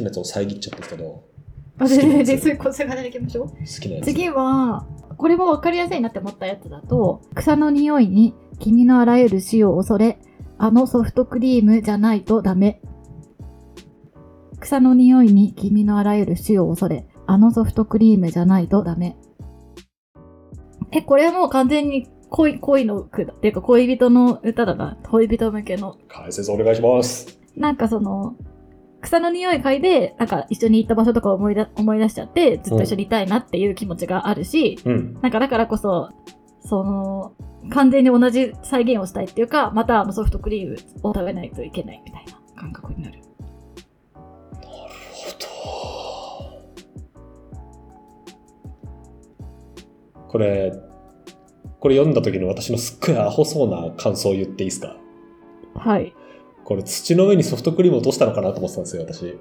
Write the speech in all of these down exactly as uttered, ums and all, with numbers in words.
のやつを遮っちゃったんですけど。 あ、で、で、で、そういうこそれからいきましょう。 好きなやつ。 次は、これも分かりやすいなって思ったやつだと、草の匂いに君のあらゆる死を恐れ、あのソフトクリームじゃないとダメ。草の匂いに君のあらゆる死を恐れ、あのソフトクリームじゃないとダメ。え、これはもう完全に恋、恋の句だ。っていうか恋人の歌だな。恋人向けの。 解説お願いします。 なんかその、草の匂い嗅いで、なんか一緒に行った場所とか思い出、思い出しちゃって、ずっと一緒にいたいなっていう気持ちがあるし、 うん、 なんかだからこそ、その、完全に同じ再現をしたいっていうか、またあのソフトクリームを食べないといけないみたいな感覚になる。 なるほど。これ、これ読んだ時の私のすっごいアホそうな感想を言っていいですか？ はい。 これ土の上にソフトクリームを落としたのかなと思ってたんですよ、私。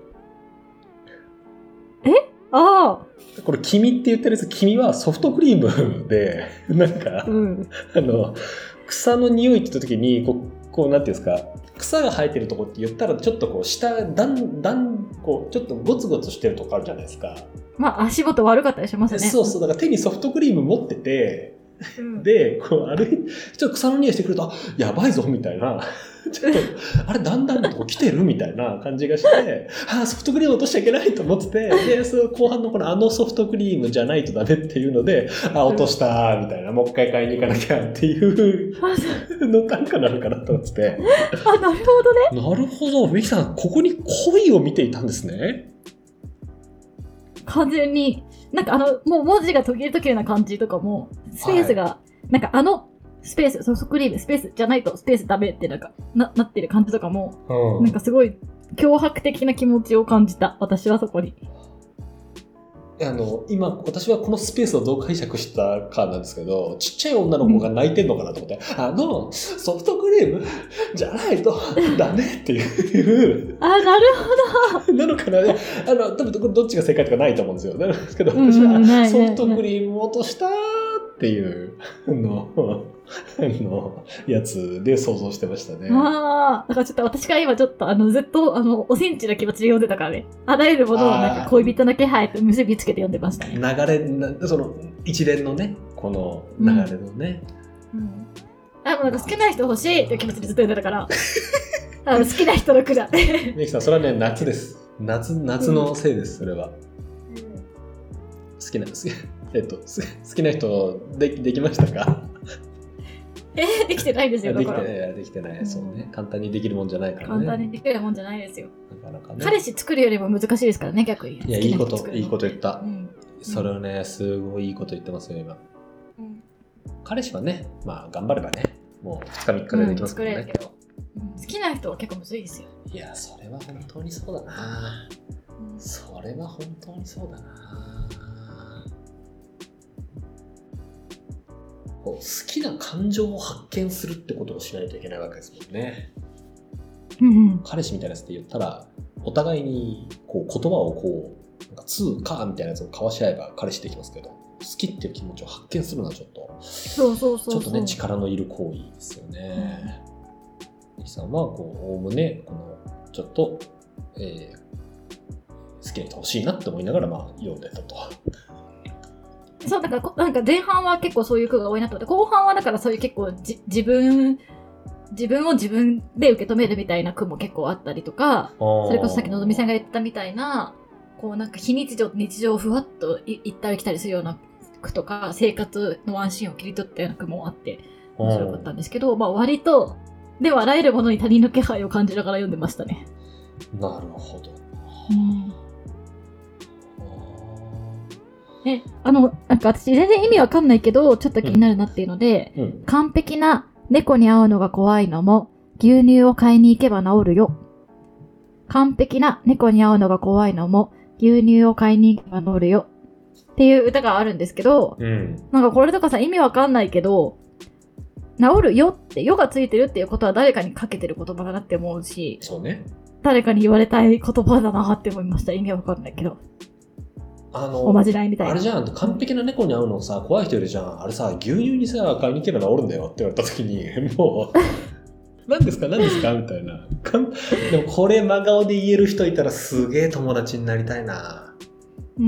え？ああ。 これ君って言ってるやつ、君はソフトクリームで、なんか、 うん、 あの、草の匂いって言った時に、こう、こうなんていうんですか、草が生えてるとこって言ったら、ちょっとこう、下、だんだん、こう、ちょっとゴツゴツしてるとこあるじゃないですか。 まあ、足元悪かったりしますね。 そうそう、だから手にソフトクリーム持ってて、 うん、 で、こう歩いて、ちょっと草の匂いしてくると、あ、やばいぞ、みたいな。ちょっと、あれ、だんだんと来てるみたいな感じがして、あ、ソフトクリーム落としちゃいけないと思ってて、で、その後半のこのあのソフトクリームじゃないとダメっていうので、あ、落としたみたいな、もう一回買いに行かなきゃっていうの短歌なのかなと思ってて。 あ、なるほどね。 なるほど。ミキさん、ここに恋を見ていたんですね。 完全に、なんかあの、もう文字が途切れ途切れな感じとかも、スペースが、はい、なんかあの、スペース、ソフトクリーム、スペースじゃないとスペースダメってなんか、な、なってる感じとかも、うん、なんかすごい脅迫的な気持ちを感じた。私はそこに。 あの、今、私はこのスペースをどう解釈したかなんですけど、ちっちゃい女の子が泣いてんのかなと思って、うん、あの、ソフトクリームじゃないとダメっていう。 あ、なるほど。 なのかな、ね、あの、多分どっちが正解とかないと思うんですよ。なんですけど、私はソフトクリームを落としたっていうのあのやつで想像してましたね。 ああ、だからちょっと私が今ちょっとあのずっとあのおセンチな気持ちで読んでたからね。あらゆるものをなんか恋人の気配と結びつけて読んでましたね。 流れな、その一連のね、この流れのね。 うんうん、あ、もうなんか好きな人欲しいっていう気持ちでずっと読んでたから。あの好きな人の句だって。 みきさん、それはね、夏です。夏、夏のせいです、それは。うん、好きな、好き、えっと、好きな人で、できましたか？ えー、できてないですよ。 できてない、できてない、うん、そうね。簡単にできるもんじゃないからね。 簡単にできるもんじゃないですよ。 なかなかね。 彼氏作るよりも難しいですからね、逆に。 いや、いいこと、いいこと言った。 うん、 それをね、すごいいいこと言ってますよ、今。うん、彼氏はね、まあ、頑張ればね、もうふつかみっかでできますからね。うん、作れるけど、 うん。好きな人は結構むずいですよ。 いや、それは本当にそうだな。うん、それは本当にそうだな。こう好きな感情を発見するってことをしないといけないわけですもんね。 うんうん、 彼氏みたいなやつって言ったら、お互いにこう言葉をこう、なんかつーかーみたいなやつを交わし合えば彼氏できますけど、好きっていう気持ちを発見するのはちょっと、 そうそうそうそう、 ちょっとね、力のいる行為ですよね。ミキさんはこう、おおむね、この、ちょっと、えー、好きな人欲しいなって思いながら、まあ、読んでたと。 そうだからなんか前半は結構そういう句が多いなと思って、後半はだからそういう結構じ自分自分を自分で受け止めるみたいな句も結構あったりとか、それこそさっきのぞみさんが言ったみたいな、こうなんか非日常と日常をふわっと行ったり来たりするような句とか、生活のワンシーンを切り取ったような句もあって面白かったんですけど、まあ割とではあらゆるものに他人の気配を感じながら読んでましたね。 なるほど。 うん。え、あの、なんか私全然意味わかんないけど、ちょっと気になるなっていうので、うんうん、完璧な猫に会うのが怖いのも、牛乳を買いに行けば治るよ。完璧な猫に会うのが怖いのも、牛乳を買いに行けば治るよ。っていう歌があるんですけど、うん、なんかこれとかさ、意味わかんないけど、治るよって、よがついてるっていうことは誰かにかけてる言葉だなって思うし、 そうね。 誰かに言われたい言葉だなって思いました。意味わかんないけど。 あの、 おまじないみたいな。 あれじゃん、完璧な猫に会うのさ、怖い人いるじゃん。あれさ、牛乳にさ、買いに行けば治るんだよって言われた時に、もう、 何ですか何ですかみたいな。かんでもこれ真顔で言える人いたらすげえ友達になりたいな。 うん。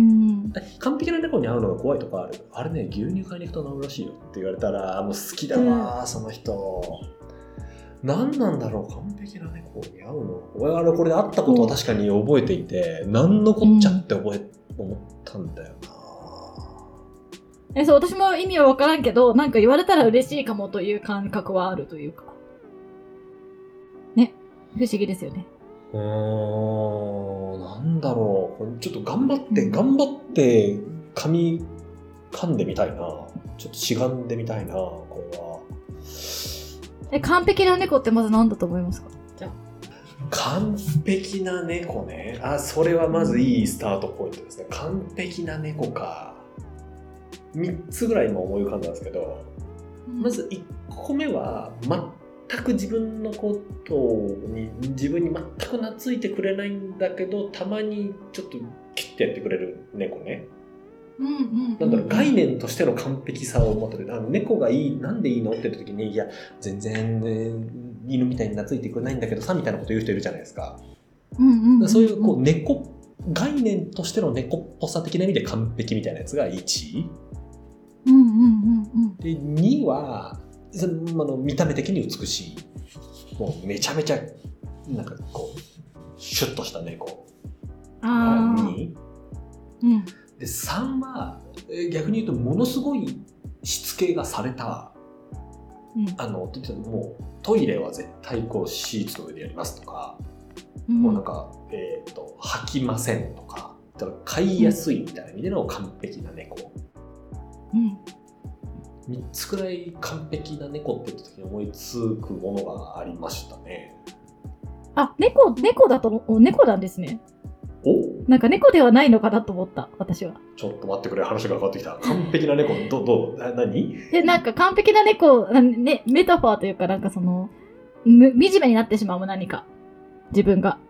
え完璧な猫に会うのが怖いとかある？あれね、牛乳買いに行くと治るらしいよって言われたらもう好きだわ、うん、その人。何なんだろう、完璧な猫に会うの。俺あれこれで会ったことは確かに覚えていて、何のこっちゃって覚え、うん、思ったんだよな。 え、そう、私も意味は分からんけど、なんか言われたら嬉しいかもという感覚はあるというか。ね、不思議ですよね。 うーん、なんだろう。ちょっと頑張って、うん、頑張って、噛み、噛んでみたいな。ちょっとしがんでみたいな、これは。 え、完璧な猫ってまず何だと思いますか？じゃあ。 完璧な猫ね。あ、それはまずいいスタートポイントですね。完璧な猫か。みっつぐらい今思い浮かんだんですけど、うん、まずいっこめは全く自分のことに自分に全く懐いてくれないんだけど、たまにちょっと切ってやってくれる猫ね。 うんうんうん、 なんだろう、概念としての完璧さを持ってて、あの猫がいい、なんでいいのって言った時に、いや全然、ね、犬みたいに懐いてくれないんだけどさみたいなこと言う人いるじゃないですか。 うんうんうん、 そういうこう猫概念としての猫っぽさ的な意味で完璧みたいなやつがいち。 うんうんうんうん、 でにはそのあの見た目的に美しい、もうめちゃめちゃなんかこうシュッとした猫がに、 うん、 でさんは逆に言うとものすごいしつけがされた、うん、あのもうトイレは絶対こうシーツの上でやりますとか、うん、もうなんか、えーと、吐きませんとか、だから飼いやすいみたいな意味での完璧な猫、うん、みっつくらい完璧な猫って言った時に思いつくものがありましたね。 あ、猫、猫だと、猫なんですね。 お、 なんか猫ではないのかなと思った、私は。 ちょっと待ってくれ、話が変わってきた。完璧な猫、ど、どう、何？ で、なんか完璧な猫、ね、メタファーというか、なんかその、む惨めになってしまうも何か。自分が。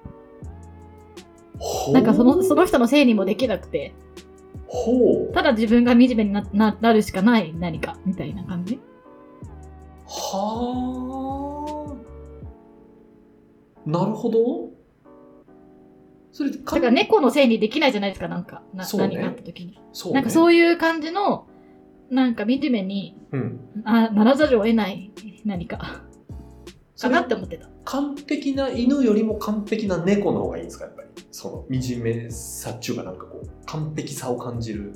なんかその、その人のせいにもできなくて。 ほう。 ただ自分が惨めに な, な, なるしかない何かみたいな感じ。 はあ。なるほど。それだから猫のせいにできないじゃないですか、なんか、な、ね、何があった時に、ね。なんかそういう感じの、なんか惨めに、うん、あならざるを得ない何かかなって思ってた。 完璧な犬よりも完璧な猫の方がいいんですか、やっぱり。その惨めさっちゅうか、なんかこう完璧さを感じる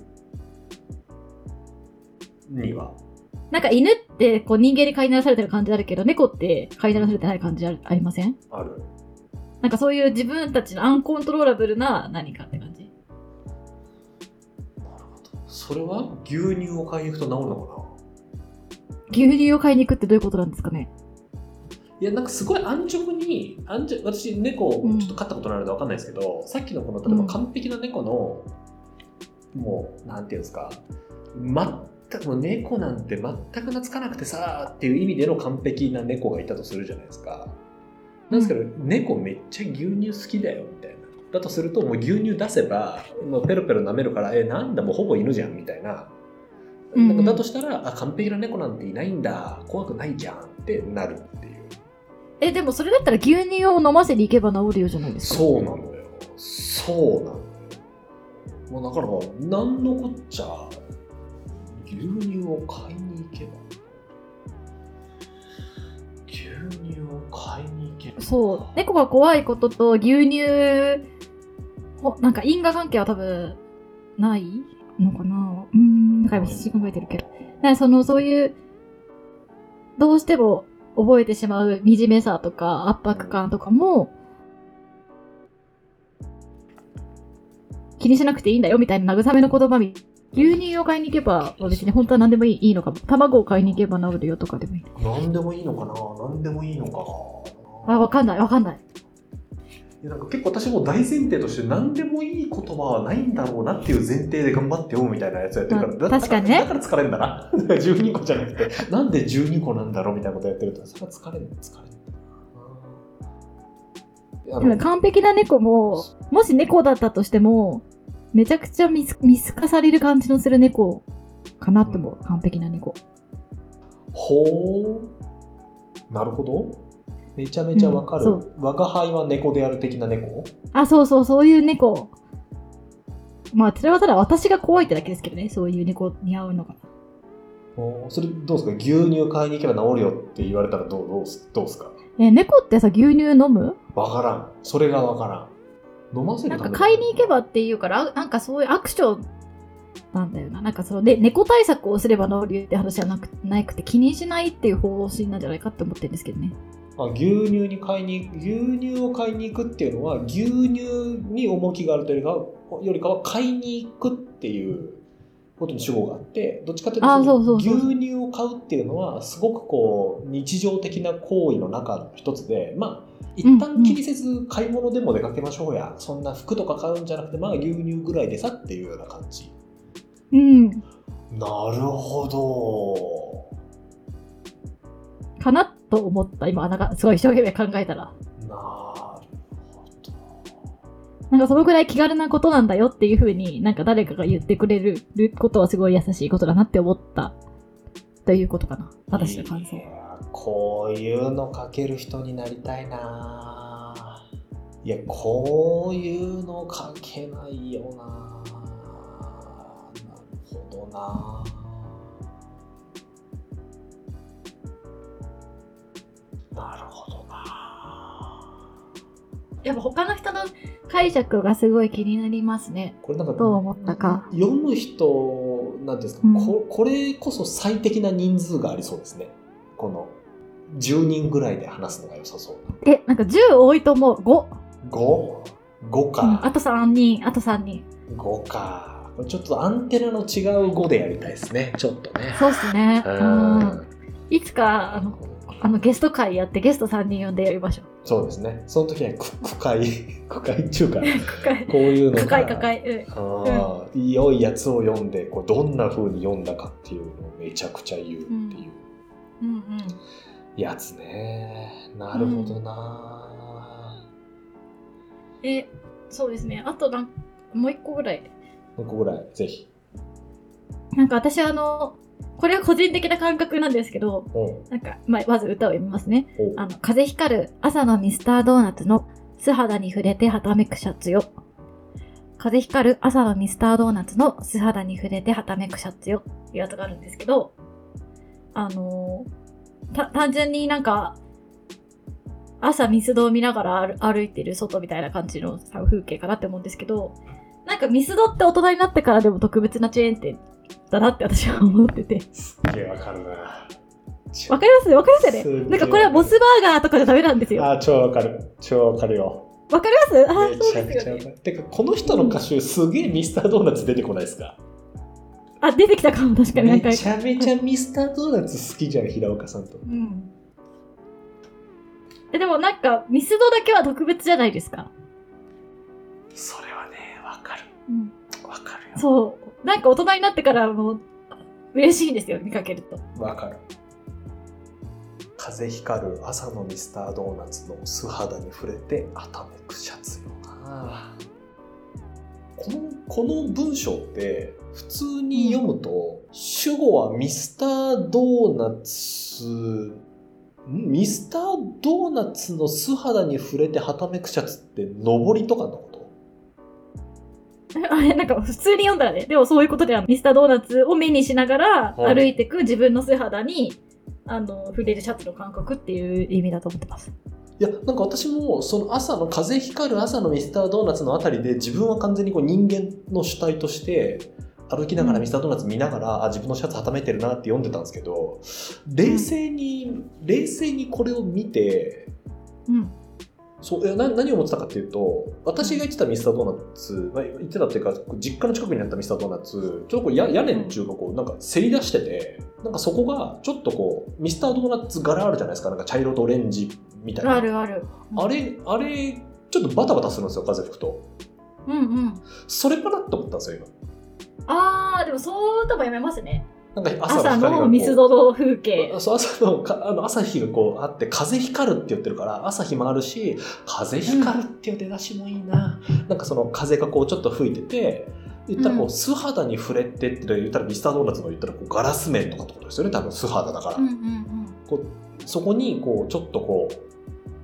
には。 なんか犬ってこう人間に飼いならされてる感じあるけど、猫って飼いならされてない感じある、ありません？ ある。 なんかそういう自分たちのアンコントローラブルな何かって感じ。 なるほど。それは牛乳を買いに行くと治るのかな？ 牛乳を買いに行くってどういうことなんですかね？ いや、なんかすごい安直に、安直私猫ちょっと飼ったことないので分かんないですけど、うん、さっきのこの例えば完璧な猫の、うん、もうなんていうんですか、全くもう猫なんて全く懐かなくてさっていう意味での完璧な猫がいたとするじゃないですか。なんですけど、うん、猫めっちゃ牛乳好きだよみたいな。だとするともう牛乳出せばもうペロペロ舐めるから、えなんだもうほぼ犬じゃんみたいな。なんかだとしたら、あ完璧な猫なんていないんだ、怖くないじゃんってなるっていう。 え、でもそれだったら牛乳を飲ませに行けば治るよじゃないですか。 そうなのよ。そうなのよ。もうだから何のこっちゃ牛乳を買いに行けば牛乳を買いに行けばそう猫が怖いことと牛乳なんか因果関係は多分ないのかな。うーんだから必死に考えてるけど、だからそのそういうどうしても覚えてしまう惨めさとか圧迫感とかも気にしなくていいんだよみたいな慰めの言葉み牛乳を買いに行けば別に本当は何でもいいのかも。卵を買いに行けば治るよとかでもいい。 何でもいいのかな何でもいいのかなあ、わかんないわかんない。 いやなんか結構私も大前提として何でもいい言葉はないんだろうなっていう前提で頑張って読むみたいなやつやってるから、 まあ、確かにね。 だから疲れるんだな。じゅうにこじゃなくてなんでじゅうにこなんだろうみたいなことやってるとそれは疲れる疲れる。 でも完璧な猫ももし猫だったとしてもめちゃくちゃ見透かされる感じのする猫かなって思う、うん、完璧な猫。 ほーなるほど。 めちゃめちゃわかる、 うん、 我が輩は猫である的な猫。 あ、そうそう、そういう猫。まあそれはただ私が怖いってだけですけどね、そういう猫に合うのが。 おそれどうですか？牛乳買いに行けば治るよって言われたらどうどうすどうすか？ え、猫ってさ、牛乳飲む？ わからん。それがわからん。飲ませるなんかため買いに行けばっていうから、なんかそういうアクションなんだよな。なんかそので猫対策をすれば治るって話じゃなくなくて、気にしないっていう方針なんじゃないかって思ってるんですけどね。 あ、牛乳に買いに牛乳を買いに行くっていうのは牛乳に重きがあるというよりかは買いに行くっていうことに主語があって、どっちかというとあ、そうそうそう牛乳を買うっていうのはすごくこう日常的な行為の中の一つで、まあ一旦気にせず買い物でも出かけましょうや、うんうん、そんな服とか買うんじゃなくて、まあ牛乳ぐらいでさっていうような感じ。 うん。 なるほど。 かなと思った。今なんかすごい一生懸命考えたら。 なるほど。 なんかそのぐらい気軽なことなんだよっていう風になんか誰かが言ってくれることはすごい優しいことだなって思ったということかな。私の感想。 いや、こういうの書ける人になりたいな。いや、こういうの書けないよな。なるほどな。なるほどな。 やっぱ他の人の解釈がすごい気になりますね。 これなんかどう思ったか。 読む人なんですか、うん、こ, これこそ最適な人数がありそうですね。このじゅうにんぐらいで話すのが良さそうな。 え、なんかじゅう多いと思う。ご。 ご？ ごか、うん。 あとさんにん、あとさんにん。 ごか。ちょっとアンテナの違うごでやりたいですね。ちょっとね。 そうですね。 うん。 いつかあのあのゲスト会やってゲストさんにん呼んでやりましょう。 そうですね。その時は区会区会っていうかこういうのが区会区会、 うん、良いやつを読んでこうどんな風に読んだかっていうのをめちゃくちゃ言うっていう、うんうんうん、 やつね。なるほどな、 うん、えそうですね。あとなんもう一個ぐらいもう一個ぐらいぜひ。 なんか私あのこれは個人的な感覚なんですけど、なんか、まあ、まず歌を読みますね。あの風光る朝のミスタードーナツの素肌に触れてはためくシャツよ。風光る朝のミスタードーナツの素肌に触れてはためくシャツよっていうやつがあるんですけど、あのー、単純になんか朝ミスドを見ながら歩いてる外みたいな感じの風景かなって思うんですけど、なんかミスドって大人になってからでも特別なチェーン店だなって私は思ってて。 すっげえわかるな。わかりますわかりますよね。なんかこれはモスバーガーとかじゃダメなんですよ。 あ、超わかる。超わかるよ。 わかります？あ、 めちゃくちゃわかる。てかこの人の歌集、うん、すげえミスタードーナツ出てこないですか？ あ、出てきたかも。確かにめちゃめちゃミスタードーナツ好きじゃん、平岡さんと。 うん。え、でもなんかミスドだけは特別じゃないですか。 それはね、わかる。 うん。 わかるよ。 そう。なんか大人になってからも嬉しいんですよ、見かけると。 わかる。風光る朝のミスタードーナツの素肌に触れてあためくシャツよな。この、この文章って普通に読むと、うん、主語はミスタードーナツ、ミスタードーナツの素肌に触れてはためくシャツって上りとかのこと？ あれなんか普通に読んだらね、でもそういうことではミスタードーナツを目にしながら歩いていく自分の素肌に、あの触れるシャツの感覚っていう意味だと思ってます。 いや、なんか私もその朝の風光る朝のミスタードーナツのあたりで自分は完全にこう人間の主体として歩きながらミスタードーナツ見ながら、うん、あ自分のシャツはためてるなって読んでたんですけど、冷静に、うん、冷静にこれを見て、うんそうな何を思ってたかっていうと、私が言ってたミスタードーナツ、まあ、言ってたっていうか実家の近くにあったミスタードーナツ、ちょっとこう屋根っていうかこうなんかせり出してて、なんかそこがちょっとこうミスタードーナツ柄あるじゃないですか、なんか茶色とオレンジみたいな。 あるある。 うん、あれあれちょっとバタバタするんですよ、風吹くと。 うんうん。 それかなって思ったんですよ今。 あーでもそう多分やめますね。 なんか 朝, 朝のミスドの風景。 そう朝のかあの朝日がこうあって風光るって言ってるから朝日もあるし風光るっていう出だしもいいな、うん、なんかその風がこうちょっと吹いてて言ったらこう、うん、素肌に触れてって言ったらミスタードーナツの言ったらこうガラス面とかってことですよね、多分素肌だから、うんうんうん、こうそこにこうちょっとこう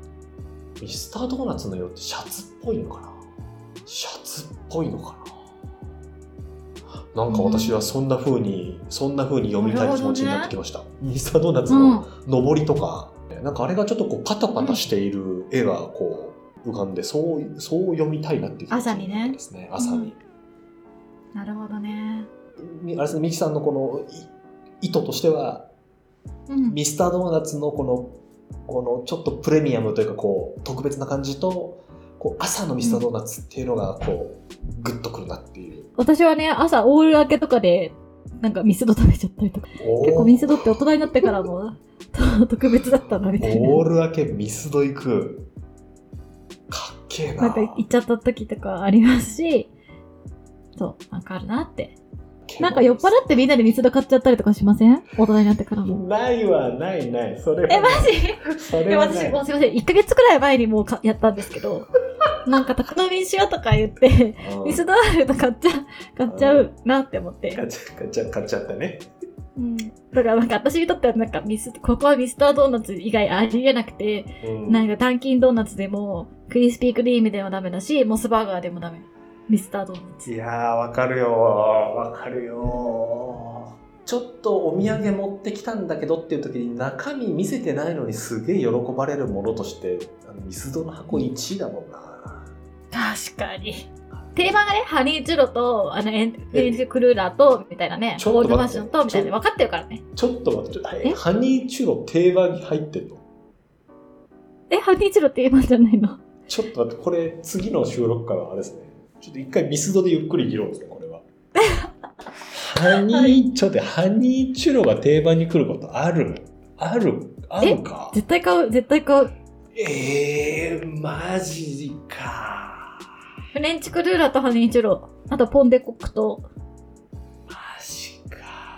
ミスタードーナツの色ってシャツっぽいのかな、シャツっぽいのかな、なんか私はそんな風に、うん、そんな風に読みたい気持ちになってきました、ね、ミスタードーナツの上りとか、うん、なんかあれがちょっとこうパタパタしている絵がこう浮かんで、そうそう読みたいなっていう気持ちになったですね、朝に、ね、 うん、なるほどね。 あれですね、ミキさんのこの意図としては、うん、ミスタードーナツのこのこのちょっとプレミアムというかこう特別な感じと、こう朝のミスタードーナツっていうのがこうグッとくるなっていう。 私はね、朝オール明けとかでなんかミスド食べちゃったりとか、結構ミスドって大人になってからも特別だったなみたいな。 オール明けミスド行く、かっけえな。 なんか行っちゃった時とかありますし、そう、なんかあるなって。なんか酔っ払ってみんなでミスド買っちゃったりとかしません？大人になってからも。 ないわ、ないない。それはえ、マジ？それはない。私もうすいません、いっかげつくらい前にもうかやったんですけど、なんか宅飲みしようとか言って、ミスドあると買っちゃ、買っちゃうなって思って。 買っちゃ、買っちゃ、買っちゃったね。 うん。だからなんか私にとってはなんかミス、ここはミスタードーナツ以外ありえなくて、うん、なんかダンキンドーナツでも、クリスピークリームでもダメだし、モスバーガーでもダメ。ミスタードーナツ。 いやー、わかるよー、わかるよー。ちょっとお土産持ってきたんだけどっていう時に中身見せてないのにすげえ喜ばれるものとしてあのミスドの箱いちいだもんな。 確かに。定番がね、ハニーチュロとあのエンジクルーラーとみたいなね、オールドファッションとみたいな分かってるからね。 ちょっと待って、えハニーチュロ定番に入ってんの？ え、ハニーチュロ定番じゃないの？ ちょっと待って、これ次の収録からあれですね。ちょっと一回ミスドでゆっくり議論ですね、これは。ハニー、ちょっとハニーチュロが定番に来ることある？ある？あるか？ 絶対買う、絶対買う。 えー、マジか。 フレンチクルーラーとハニーチュロ、あとポンデコクと。 マジか。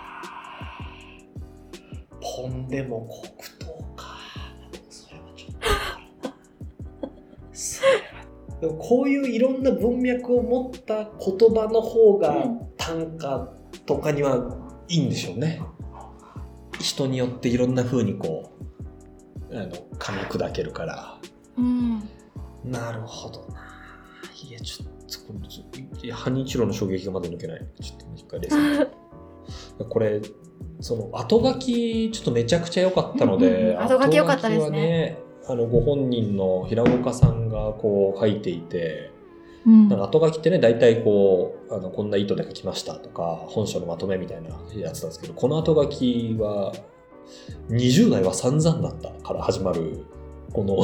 ポンデも黒糖か。それはちょっと。それはでもこういういろんな文脈を持った言葉の方が短歌とかにはいいんでしょうね。人によっていろんな風にこうあの噛み砕けるから。 うん。 なるほどな。いやちょっとハニーチュロの衝撃がまだ抜けない。ちょっと一回ですね。これその後書きちょっとめちゃくちゃ良かったので、 うんうん、後書き良かったですね。 あのご本人の平岡さんがこう書いていて、 うん、 なんか後書きってね大体こうあのこんな意図で書きましたとか本書のまとめみたいなやつなんですけど、この後書きはにじゅう代は散々だったから始まるこの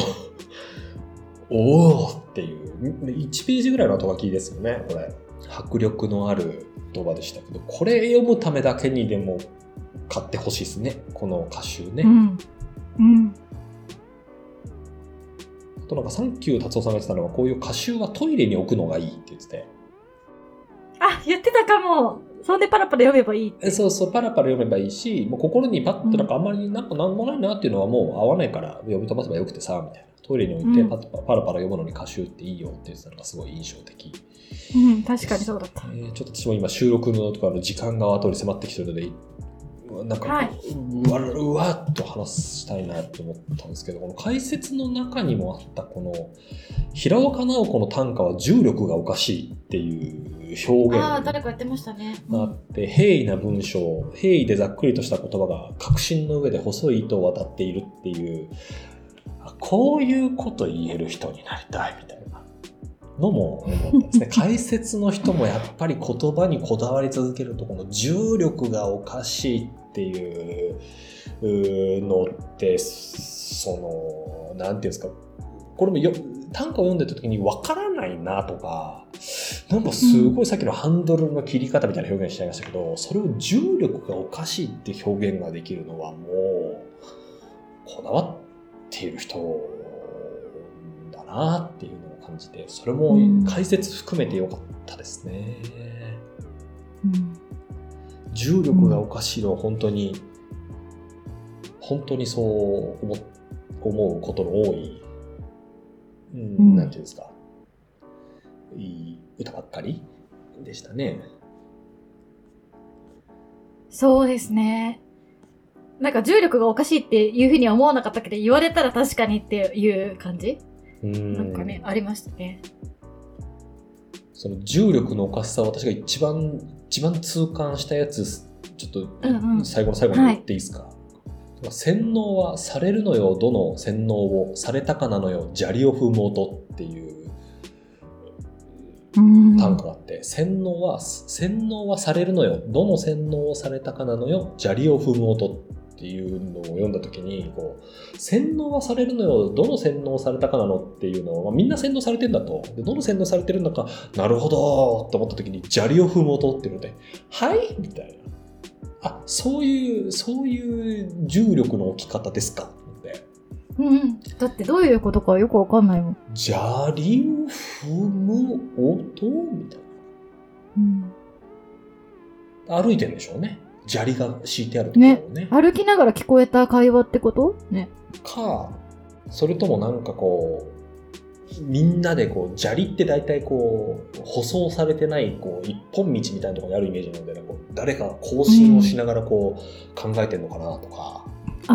おーっていういちページぐらいの後書きですよね。これ迫力のある言葉でしたけど、これ読むためだけにでも買ってほしいですね、この歌集ね。 うんうんとなんかサンキュー達夫さんが言ってたのは、こういう歌集はトイレに置くのがいいって言ってて。 あ、言ってたかも。そんでパラパラ読めばいいって。 そうそう、パラパラ読めばいいし、もう心にパッとなんかあんまりなんかなんもないなっていうのはもう合わないから読み飛ばせばよくてさ、みたいな。トイレに置いてパッとパラパラ読むのに歌集っていいよって言ってたのがすごい印象的。 うん、確かにそうだった。 えー、ちょっと私も今収録のとかの時間が後に迫ってきてるので、なんか、はい、うわうわっと話したいなって思ったんですけど、この解説の中にもあったこの平岡直子の短歌は重力がおかしいっていう表現ああ、誰か言ってましたね。 があって、平易な文章、平易でざっくりとした言葉が確信の上で細い糸を渡っているっていう、こういうこと言える人になりたいみたいなのも思ったんですね。解説の人もやっぱり言葉にこだわり続けると、この重力がおかしいっていうのって、そのなんていうんですか、これもよ短歌を読んでた時に分からないなとか、なんかすごいさっきのハンドルの切り方みたいな表現しちゃいましたけど、それを重力がおかしいって表現ができるのはもうこだわっている人だなっていうのを感じて、それも解説含めてよかったですね。うん、重力がおかしいのは本当に本当にそう思、思うことの多い、うんうん、なんていうんですか、いい歌ばっかりでしたね。 そうですね。なんか重力がおかしいっていうふうには思わなかったけど、言われたら確かにっていう感じ。 うん、 なんかねありましたね。 その重力のおかしさを私が一番一番痛感したやつちょっと最後の最後に言っていいですか、うんうん、洗脳はされるのよどの洗脳をされたかなのよ砂利を踏む音っていう単価があって、洗脳は洗脳はされるのよどの洗脳をされたかなのよ砂利を踏む音っていうのを読んだ時にこう洗脳はされるのよどの洗脳されたかなのっていうのを、まあ、みんな洗脳されてんだとでどの洗脳されてるんだかなるほどって思った時に砂利を踏む音っていうのではいみたいなあそういうそういう重力の置き方ですかってうん、だってどういうことかよくわかんないもん。 砂利を踏む音みたいな、うん、歩いてるんでしょうね砂利が敷いてあるところを ね, ね歩きながら聞こえた会話ってことねかそれともなんかこうみんなでこう砂利って大体こう舗装されてないこう一本道みたいなところにあるイメージなので、ね、こう誰か更新をしながらこう考えてるのかなとか、 うん、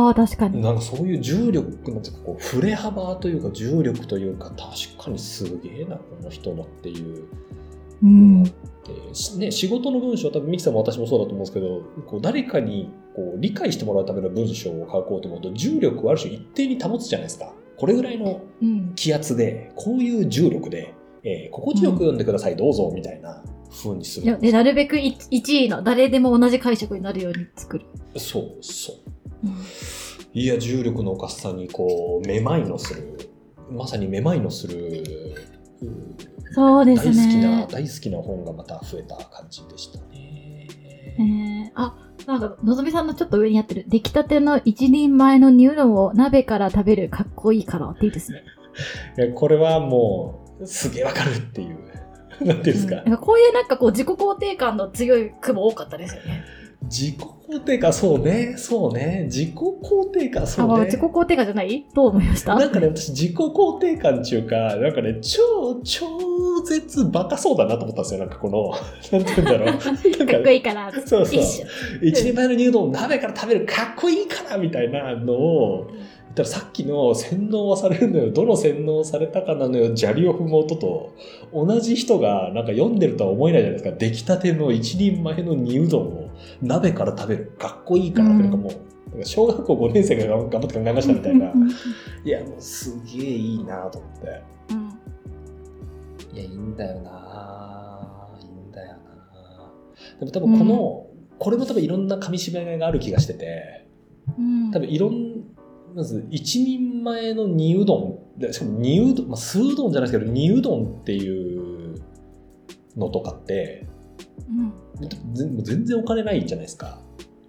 あー確かになんかそういう重力なんていうかこう振れ幅というか重力というか確かにすげえなこの人のっていう、 うんね、仕事の文章多分ミキさんも私もそうだと思うんですけどこう誰かにこう理解してもらうための文章を書こうと思うと重力をある種一定に保つじゃないですかこれぐらいの気圧で、うん、こういう重力で、えー、心地よく読んでください、うん、どうぞみたいな風にするんです。 いやでなるべくいちいの誰でも同じ解釈になるように作るそうそう、うん、いや重力のおかしさにこうめまいのするまさにめまいのするそうですね。 大好きな大好きな本がまた増えた感じでしたね。 えー、あ、なんかのぞみさんのちょっと上にやってる出来たての一人前の牛丼を鍋から食べるかっこいいからっていいですね。 いやこれはもうすげえわかるっていうなんていうんですか。 うん、こういうなんかこう自己肯定感の強い句も多かったですよね。 自己肯定感そうねそうね自己肯定感そうね自己肯定感じゃないどう思いました？ なんかね私自己肯定感っていうかなんかね超超絶バカそうだなと思ったんですよなんかこのなんて言うんだろうなんかかっこいいからそうそう一人前の牛丼を鍋から食べるかっこいいからみたいなのを言ったらさっきの洗脳はされるのよどの洗脳されたかなのよ砂利を踏む音と同じ人がなんか読んでるとは思えないじゃないですか出来たての一人前の牛丼を鍋から食べるかっこいいからってなんかもう、うん、小学校ごねん生が頑張って考えましたみたいな、うんうん、いやもうすげえいいなと思って、うん、いやいいんだよないいんだよなでも多分この、うん、これも多分いろんな噛み締めがある気がしてて、うん、多分いろんまず一人前の煮うどんでしかも煮うどん、まあ、酢うどんじゃないですけど煮うどんっていうのとかって、うん、全然お金ないじゃないですか。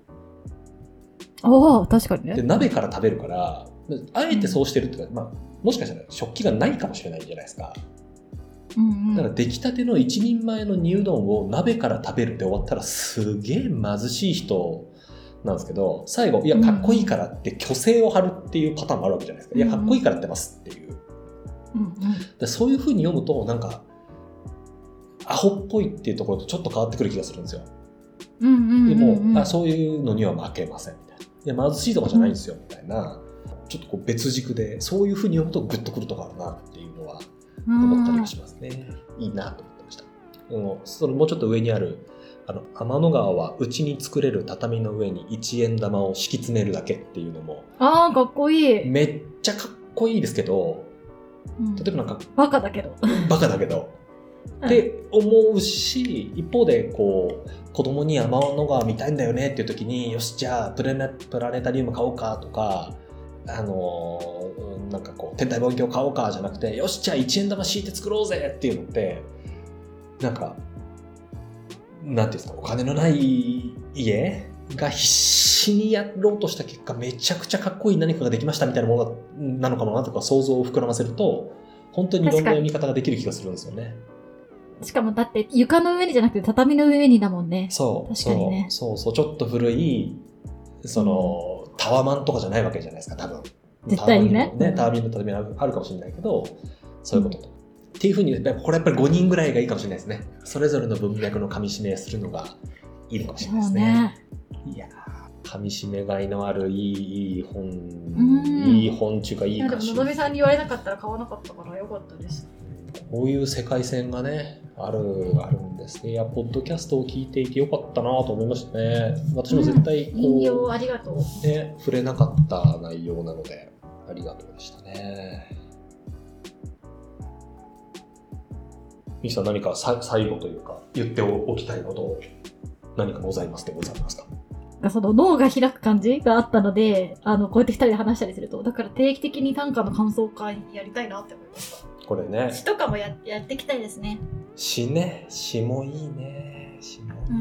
ああ確かにね。 で鍋から食べるからあえてそうしてるっていうか、まあ、もしかしたら食器がないかもしれないじゃないですか、うんうん、だから出来たての一人前の煮うどんを鍋から食べるで終わったらすげえ貧しい人なんですけど最後いやかっこいいからって虚勢を張るっていうパターンもあるわけじゃないですか、うん、いやかっこいいからってますっていう、うんうん、でそういう風に読むとなんかアホっぽいっていうところとちょっと変わってくる気がするんですよ、うんうんうんうん、でもあそういうのには負けませんみたいないや貧しいとかじゃないんですよ、うん、みたいなちょっとこう別軸でそういう風に読むとグッとくるとこあるなっていうのは思ったりはしますね。いいなと思ってました。あのそれもうちょっと上にあるあの天の川はうちに作れる畳の上に一円玉を敷き詰めるだけっていうのもあーかっこいいめっちゃかっこいいですけど、うん、例えばなんかバカだけどバカだけどって思うし一方でこう子供に天の川見たいんだよねっていう時によしじゃあプラネ、プラネタリウム買おうかとかあのー、なんかこう天体望遠鏡買おうかじゃなくてよしじゃあ一円玉敷いて作ろうぜっていうのってなんかなんていうんですかお金のない家が必死にやろうとした結果めちゃくちゃかっこいい何かができましたみたいなものなのかもなとか想像を膨らませると本当にいろんな読み方ができる気がするんですよね。 しかもだって床の上にじゃなくて畳の上にだもんね。 そう確かにねそうそうそうちょっと古いその、うん、タワマンとかじゃないわけじゃないですか多分絶対にねタワマンの畳あるかもしれないけどそういうことと、うんっていう風にこれやっぱりごにんぐらいがいいかもしれないですね。それぞれの文脈の噛み締めするのがいいのかもしれないですね。いや噛み締めがいのあるいいいい本、 んいい本っていうかいいいやで歌詞。 ものぞみさんに言われなかったら買わなかったからよかったです。 こういう世界線がねあるあるんですね。いやポッドキャストを聞いていてよかったなと思いましたね。私も絶対こう、 うん、引用ありがとう、 ね、触れなかった内容なのでありがとうでしたね。ミキさん何かさ最後というか言っておきたいこと何かございますでございますか？ その脳が開く感じがあったので、あのこうやってふたりで話したりすると、だから定期的に短歌の感想会やりたいなって思いました。 これね。 詩とかも や, やっていきたいですね。 詩ね、詩もいいね。詩もいいね。うん、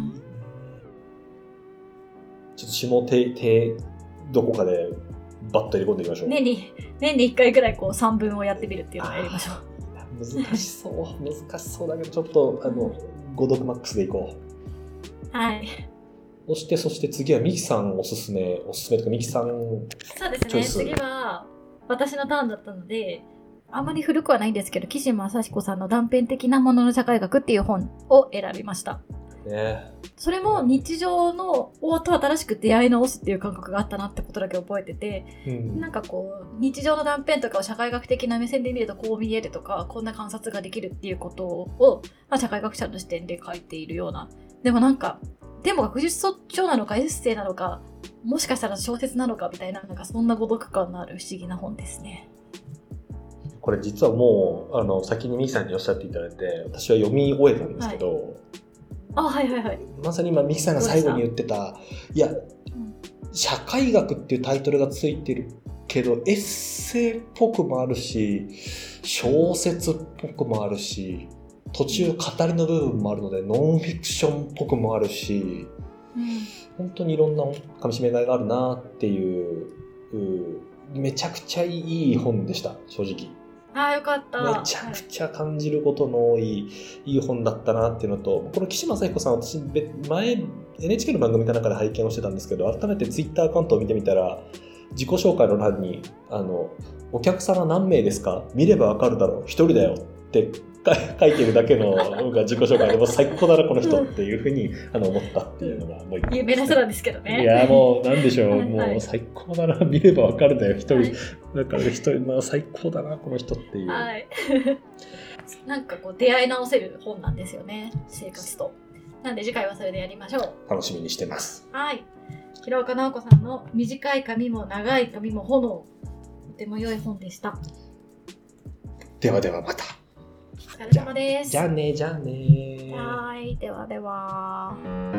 ちょっと詩も手手どこかでバッと入れ込んでいきましょう。 年に年にいっかいぐらいこうさんぶんをやってみるっていうのをやりましょう。 難しそう難しそうだけどちょっとあのご読マックスでいこう。はい。 そしてそして次はミキさんおすすめおすすめとかミキさんそうですね。次は私のターンだったので、あんまり古くはないんですけど、岸間朝彦さんの断片的なものの社会学っていう本を選びました。 ね、 それも日常のをと新しく出会い直すっていう感覚があったなってことだけ覚えてて、うん、なんかこう日常の断片とかを社会学的な目線で見るとこう見えるとか、こんな観察ができるっていうことを、まあ、社会学者の視点で書いているような、でもなんかでも学術書なのかエッセイなのか、もしかしたら小説なのかみたいな、なんかそんな誤読感のある不思議な本ですね。 これ実はもうあの先にミキさんにおっしゃっていただいて私は読み終えたんですけど、はい、 あ、はいはいはい。 まさに今ミキさんが最後に言ってた、いや、うん、社会学っていうタイトルがついてるけどエッセイっぽくもあるし小説っぽくもあるし途中語りの部分もあるのでノンフィクションっぽくもあるし、うん、本当にいろんな噛み締めがいがあるなっていう、うめちゃくちゃいい本でした正直。 あーよかった。 めちゃくちゃ感じることの多い、はい、いい本だったなっていうのと、この岸間朝彦さん私前 エヌエイチケー の番組かなんかで拝見をしてたんですけど、改めてツイッターアカウントを見てみたら自己紹介の欄にあのお客様何名ですか、見ればわかるだろう一人だよって書いてるだけのが自己紹介でも最高だなこの人っていうふうにあの思ったっていうのがもう有名な人なんですけどね。 いやもうなんでしょう、はいはい、もう最高だな、見ればわかるだよ一人、はい、だから一人、まあ、最高だなこの人っていう、はい、 なんかこう出会い直せる本なんですよね、生活と。なんで次回はそれでやりましょう。 楽しみにしてます。 はい、広岡直子さんの短い髪も長い髪も炎、とても良い本でした。 ではではまた。 お疲れ様です。 じゃあねじゃあね。 はい、ではでは。